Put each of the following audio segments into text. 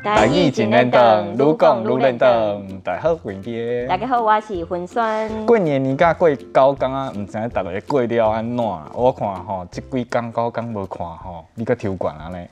台语真认同，愈讲愈认同。大家好，我爹。 大家好，我是云酸。 过年甲过9天啊，唔知影大家过了安怎？我看吼，这几天9天无看吼，你个抽管安尼。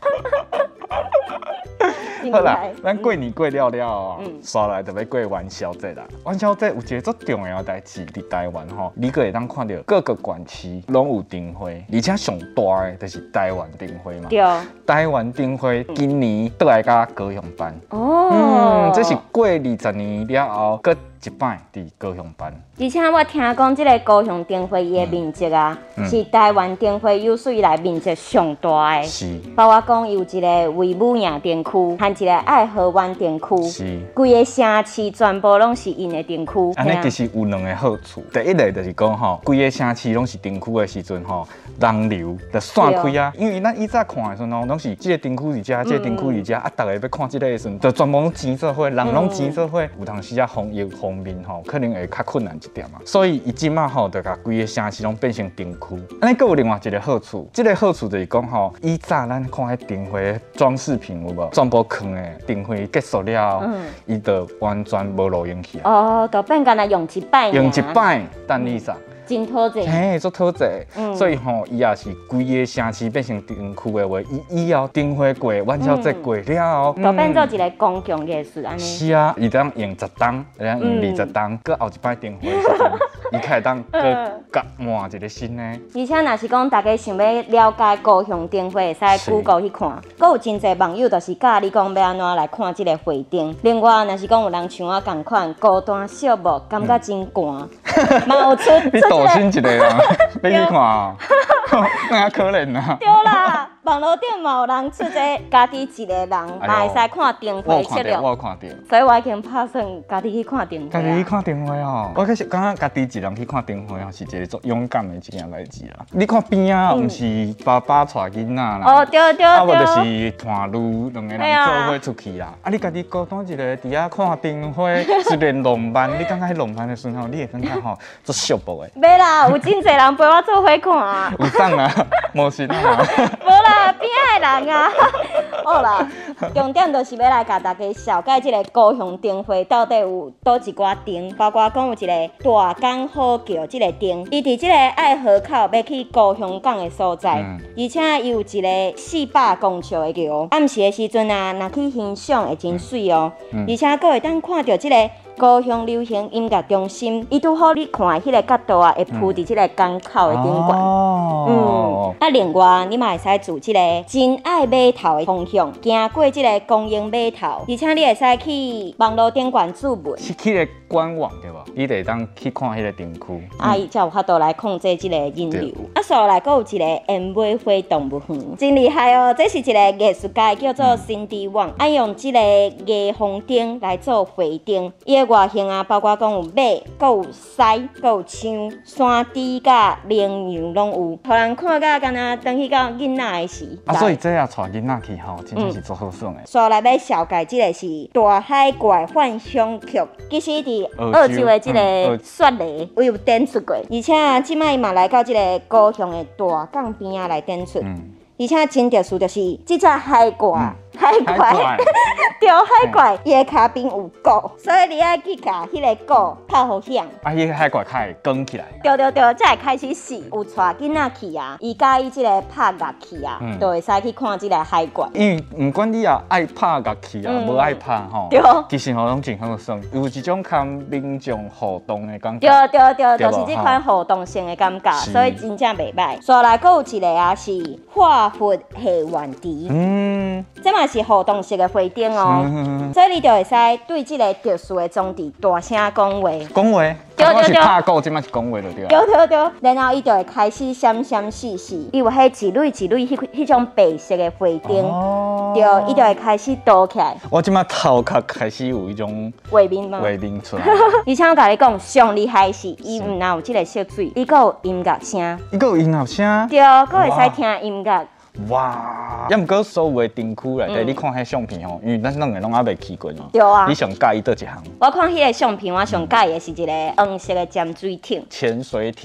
好啦，咱过年过了了，刷来就要过元宵节啦。元宵节有一个足重要的代志，伫台湾吼，你个会当看到各个县市拢有灯会，而且上大的就是台湾灯会嘛。 对。 台湾灯会今年倒来甲高雄办。 哦。 这是过20年了后，搁一摆伫高雄办。 而且我听讲，这个高雄灯会伊的面积啊，是台湾灯会有史以来面积上大的。 是。 包括讲有一个卫武营灯区，和一个爱河湾灯区。 是。 规个城市全部拢是因的灯区。 安尼其实有2个好处，第一个就是讲吼，规个城市拢是灯区的时阵吼，人流就散开啊。因为咱以前看的时阵吼，拢是这个灯区伫遮，这个灯区伫遮，啊，大家要看这个的时阵，就全部拢挤做伙，人拢挤做伙，有当时啊防疫方面吼，可能会较困难一点嘛。所以伊即马吼，就甲规个城市拢变成灯区。安尼，佫有另外一个好处，这个好处就是讲吼，以早咱看迄灯会装饰品有无，全部放的灯会结束了后，伊就完全无路用去啊。 哦，就变干来用一摆。 用一摆，等你啥？ 真讨济， 嘿，足讨济，所以吼，伊也是规个城市变成灯区的话，以后灯会过、元宵节过了后， 就变做一个公共艺术安尼。 是啊，伊当用10档，会当用20档，搁后一摆灯会的时阵，伊开当搁甲换一个新的。 而且若是讲大家想要了解高雄灯会，会使 Google 去看。搁有真侪网友就是教你讲要安怎来看这个花灯。另外，若是讲有人像我同款孤单寂寞，感觉真寒，嘛有出。 大心一个人，要去看哦，那可怜啊。 对啦，网络顶嘛有人出这家己一个人，嘛会使看灯会节目。 我有看到， 所以我已经打算家己去看灯会。 家己去看灯会哦，我开始感觉家己一人去看灯会哦，是一个足勇敢的一件代志啦。你看边啊，毋是爸爸带囡仔啦， 哦对对对， 啊无就是伴侣2个人做伙出去啦。啊，你家己孤单一个伫遐看灯会，虽然浪漫，你感觉迄浪漫的时候，你会感觉吼足寂寞的。 没啦，有真侪人陪我做伙看。 有送啊，无信啊。 无啦，边仔的人啊。好啦，重点就是要来甲大家小解这个高雄灯会到底有倒一寡灯，包括讲有一个大港好桥这个灯，伊伫这个爱河口要去高雄港的所在，而且伊有一个400公尺的桥，暗时的时阵啊，若去欣赏会真水哦，而且佫会当看到这个。高雄流行音乐中心，伊拄好你看迄个角度啊，会铺伫即个港口的顶悬。啊，另外你嘛会使住即个真爱码头的方向，行过即个公营码头，而且你会使去网络顶悬注文。 是去个官网对无？你得当去看迄个灯区。 啊，伊才有法度来控制即个人流。啊，所来佫有一个烟尾花动物园，真厉害哦！这是一个艺术家叫做 Cindy Wang， 用即个夜红灯来做花灯。外形啊，包括讲有马，阁有狮，阁有枪，山猪甲羚羊拢有，互人看甲敢若等去到囡仔的时。 啊，所以这也带囡仔去吼，真正是足好耍的。 所来要小解即个是大海怪幻想曲，其实伫澳洲的即个雪梨有展出过，而且即摆嘛来到即个高雄的大港边啊来展出。而且真特殊就是即只海怪，海怪，对海怪，伊的脚边有鼓，所以你爱去甲迄个鼓拍好响。 啊，迄个海怪较会卷起来。 对对对，才会开始死。有带囡仔去啊，伊介意即个拍乐器啊，就会使去看即个海怪。 因为不管你也爱拍乐器啊，无爱拍吼，其实吼拢真好耍，有一种跟民众互动的感觉。 对对对，就是这款互动性的感觉，所以真正袂歹。再来，佫有一个啊是化佛下元池，这嘛是互动式的花灯哦，所以你就会使对这个特殊的装置大声讲话。 讲话，我是拍鼓，即摆是讲话就对。对对对，然后伊就会开始闪闪烁烁，伊有迄一缕一缕迄种白色的花灯，对，伊就会开始倒起来。 我即摆头壳开始有一种画面吗？ 画面出来。 而且我甲你讲，上厉害是伊毋但有这个色水，伊阁有音乐声。 伊阁有音乐声。 对，阁会使听音乐。 哇！也毋过所有的灯区内底，你看迄相片吼，因为咱两个拢还未去过嘛。 对啊。 你上介意倒一项？ 我看迄个相片，我上介意的是一个黄色的潜水艇。 潜水艇嘛。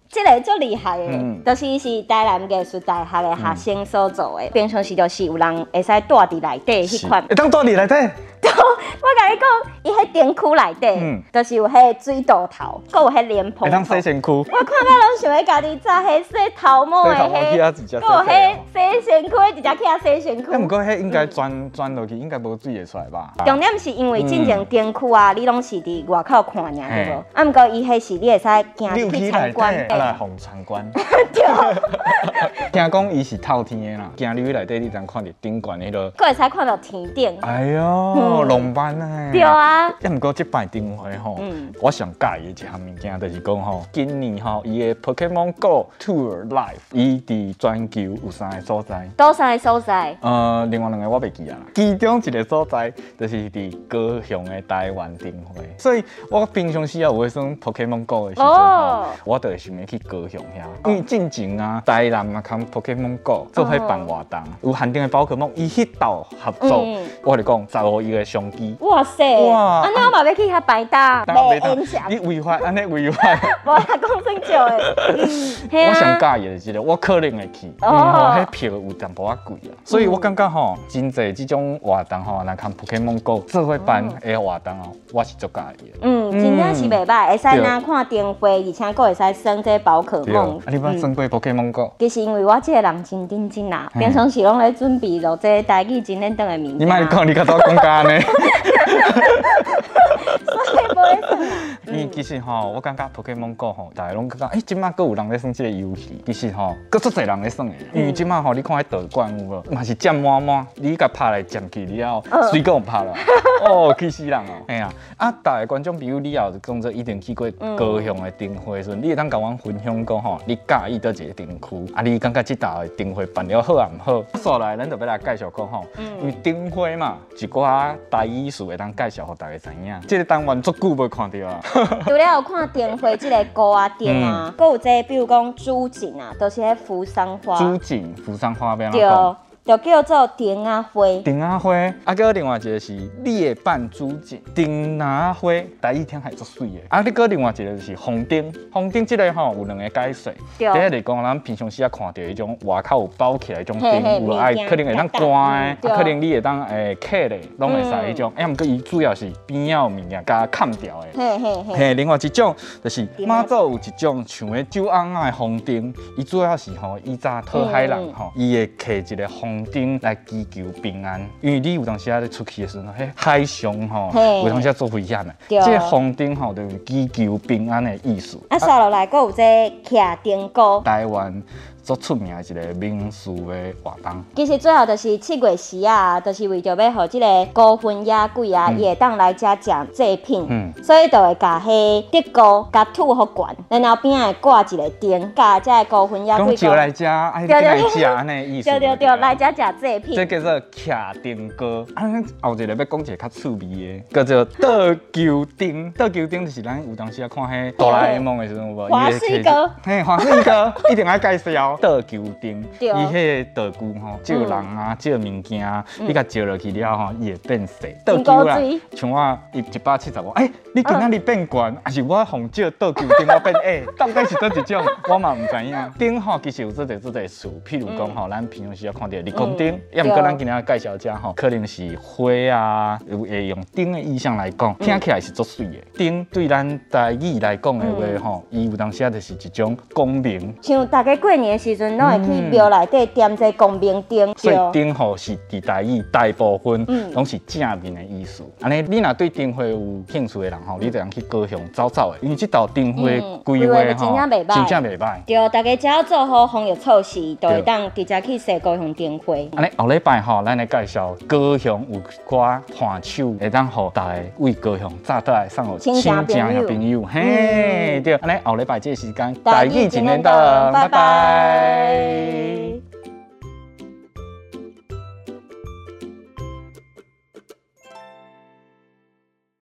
这个足厉害的，就是伊是台南艺术大学的学生所做的，平常时就是有人会使住伫内底迄款。 会当住伫内底？ 我甲你讲，伊迄店区内底，就是有迄水道头，佮有迄莲蓬。 会当洗身躯。我看到拢想要家己炸迄洗头毛的迄，佮有迄洗身躯，直接去遐洗身躯。 毋过迄应该钻落去，应该无水会出来吧？ 重点是因为进前店区啊，你拢是伫外口看尔，对无？啊，毋过伊迄是你会使行去参观， 来互参观。 对。 听讲伊是透天的啦，行入去内底，你才看到顶悬迄个。 佮会使看到天顶。 哎呦，浪漫呢。 对啊。 也毋过即摆灯会吼，我上介意的一项物件就是讲吼，今年吼伊的 Pokemon Go Tour Live， 伊伫全球有3个所在。 倒3个所在？ 另外2个我袂记啊啦。其中一个所在就是伫高雄的台湾灯会，所以我平常时啊有迄种 Pokemon Go 的时阵吼，我就会想要去高雄遐，因为进前啊台南啊看 Pokemon Go 做伙办活动，有限定的宝可梦，伊迄道合作，我跟你讲15亿个相机。哇塞！哇，安尼我嘛要去遐摆搭，袂影响。你违法，安尼违法。 无啦，讲算少的。 我上介意的是，我可能会去，因为吼，迄票有淡薄仔贵啊，所以我感觉吼，真侪这种活动吼，来看 Pokemon Go 做伙办的活动哦，我是足介意的。 真正是袂歹，会使哪看灯会，而且佫会使耍这宝可梦。 你捌耍过 Pokemon Go？ 其实因为我这个人真认真啦，平常时拢咧准备录这台语真认真的物件。 你莫讲，你较早讲假呢？ 所以不会算啦。 因为其实吼，我感觉 Pokemon Go 吼，大家拢感觉，即马佫有人咧耍这个游戏。其实吼，佫足侪人咧耍的。因为即马吼，你看迄道馆有无，嘛是占满满，你甲拍来占去了后，水果拍了，哦，气死人哦！哎呀，大家观众朋友，你也有讲做一定去过高雄的灯会时，你会当甲阮分享讲吼，你介意倒一个灯区？你感觉即道的灯会办了好啊毋好？接来，咱就要来介绍讲吼，因为灯会嘛，一寡台语词会当介绍互大家知影。这个单元足久无看到啊。 除了有看灯会这个歌啊灯啊，佫有这比如讲朱槿啊，都是迄扶桑花。 朱槿、扶桑花要安怎讲？ 就叫做丁仔花。 丁仔花，佮另外一个是裂瓣朱槿。丁仔花，台语听还足水的。你佮另外一个就是红丁。红丁这个吼有2个解释。第一就是讲，咱平常时啊看到迄种外口有包起来迄种丁，有爱可能会当干的，可能你会当刻的，拢会使迄种。毋过伊主要是边仔有物件甲砍掉的。嘿，另外一种就是妈祖有一种像迄酒甕仔的红丁，伊主要是吼以早讨海人吼，伊会刻一个红丁来祈求平安，因为你有当时啊咧出去的时候，迄海上吼有当时做危险的，这个红丁吼就有祈求平安的意思。 刷落来，佫有这徛丁歌， 台湾足出名的一个民俗的活动。 其实最后就是7月时啊，就是为着要互这个孤魂野鬼啊，伊会当来遮食祭品，所以就会甲迄竹菇甲土互灌，然后边会挂一个灯，甲这个孤魂野鬼讲来遮，爱来食安尼意思。 对，来遮食祭品。 这叫做徛丁歌。后一个要讲一个较趣味的，叫做倒球丁。倒球丁就是咱有当时啊看迄哆啦 A 梦的时阵有无？ 华水哥。 嘿，华水哥一定爱介绍。倒球丁，伊迄个倒球吼，借人啊，借物件，你甲借落去了吼，伊会变细。倒球啦，像我175，你今仔日变悬，还是我红借倒球丁我变矮？到底是倒一种？我嘛唔知影。丁吼其实有做者事，譬如讲吼，咱平常时要看到立功丁，也毋过咱今日介绍遮吼，可能是花啊，会用丁的意象来讲，听起来是足水的。丁对咱台语来讲的话吼，伊有当时啊就是一种光明。 像大家过年时阵，拢会去庙内底点这光明灯， 所以灯吼是伫台语大部分拢是正面的意思。安尼，你若对灯会有兴趣的人吼，你就通去高雄走走的，因为这道灯会规划吼，真正袂歹。 对，大家只要做好防疫措施，就会当直接去踅高雄灯会。 安尼，后礼拜吼，咱来介绍高雄有寡伴手，会当互大家为高雄早倒来送互亲情朋友。嘿，对，安尼后礼拜这个时间，台语真认真，拜拜。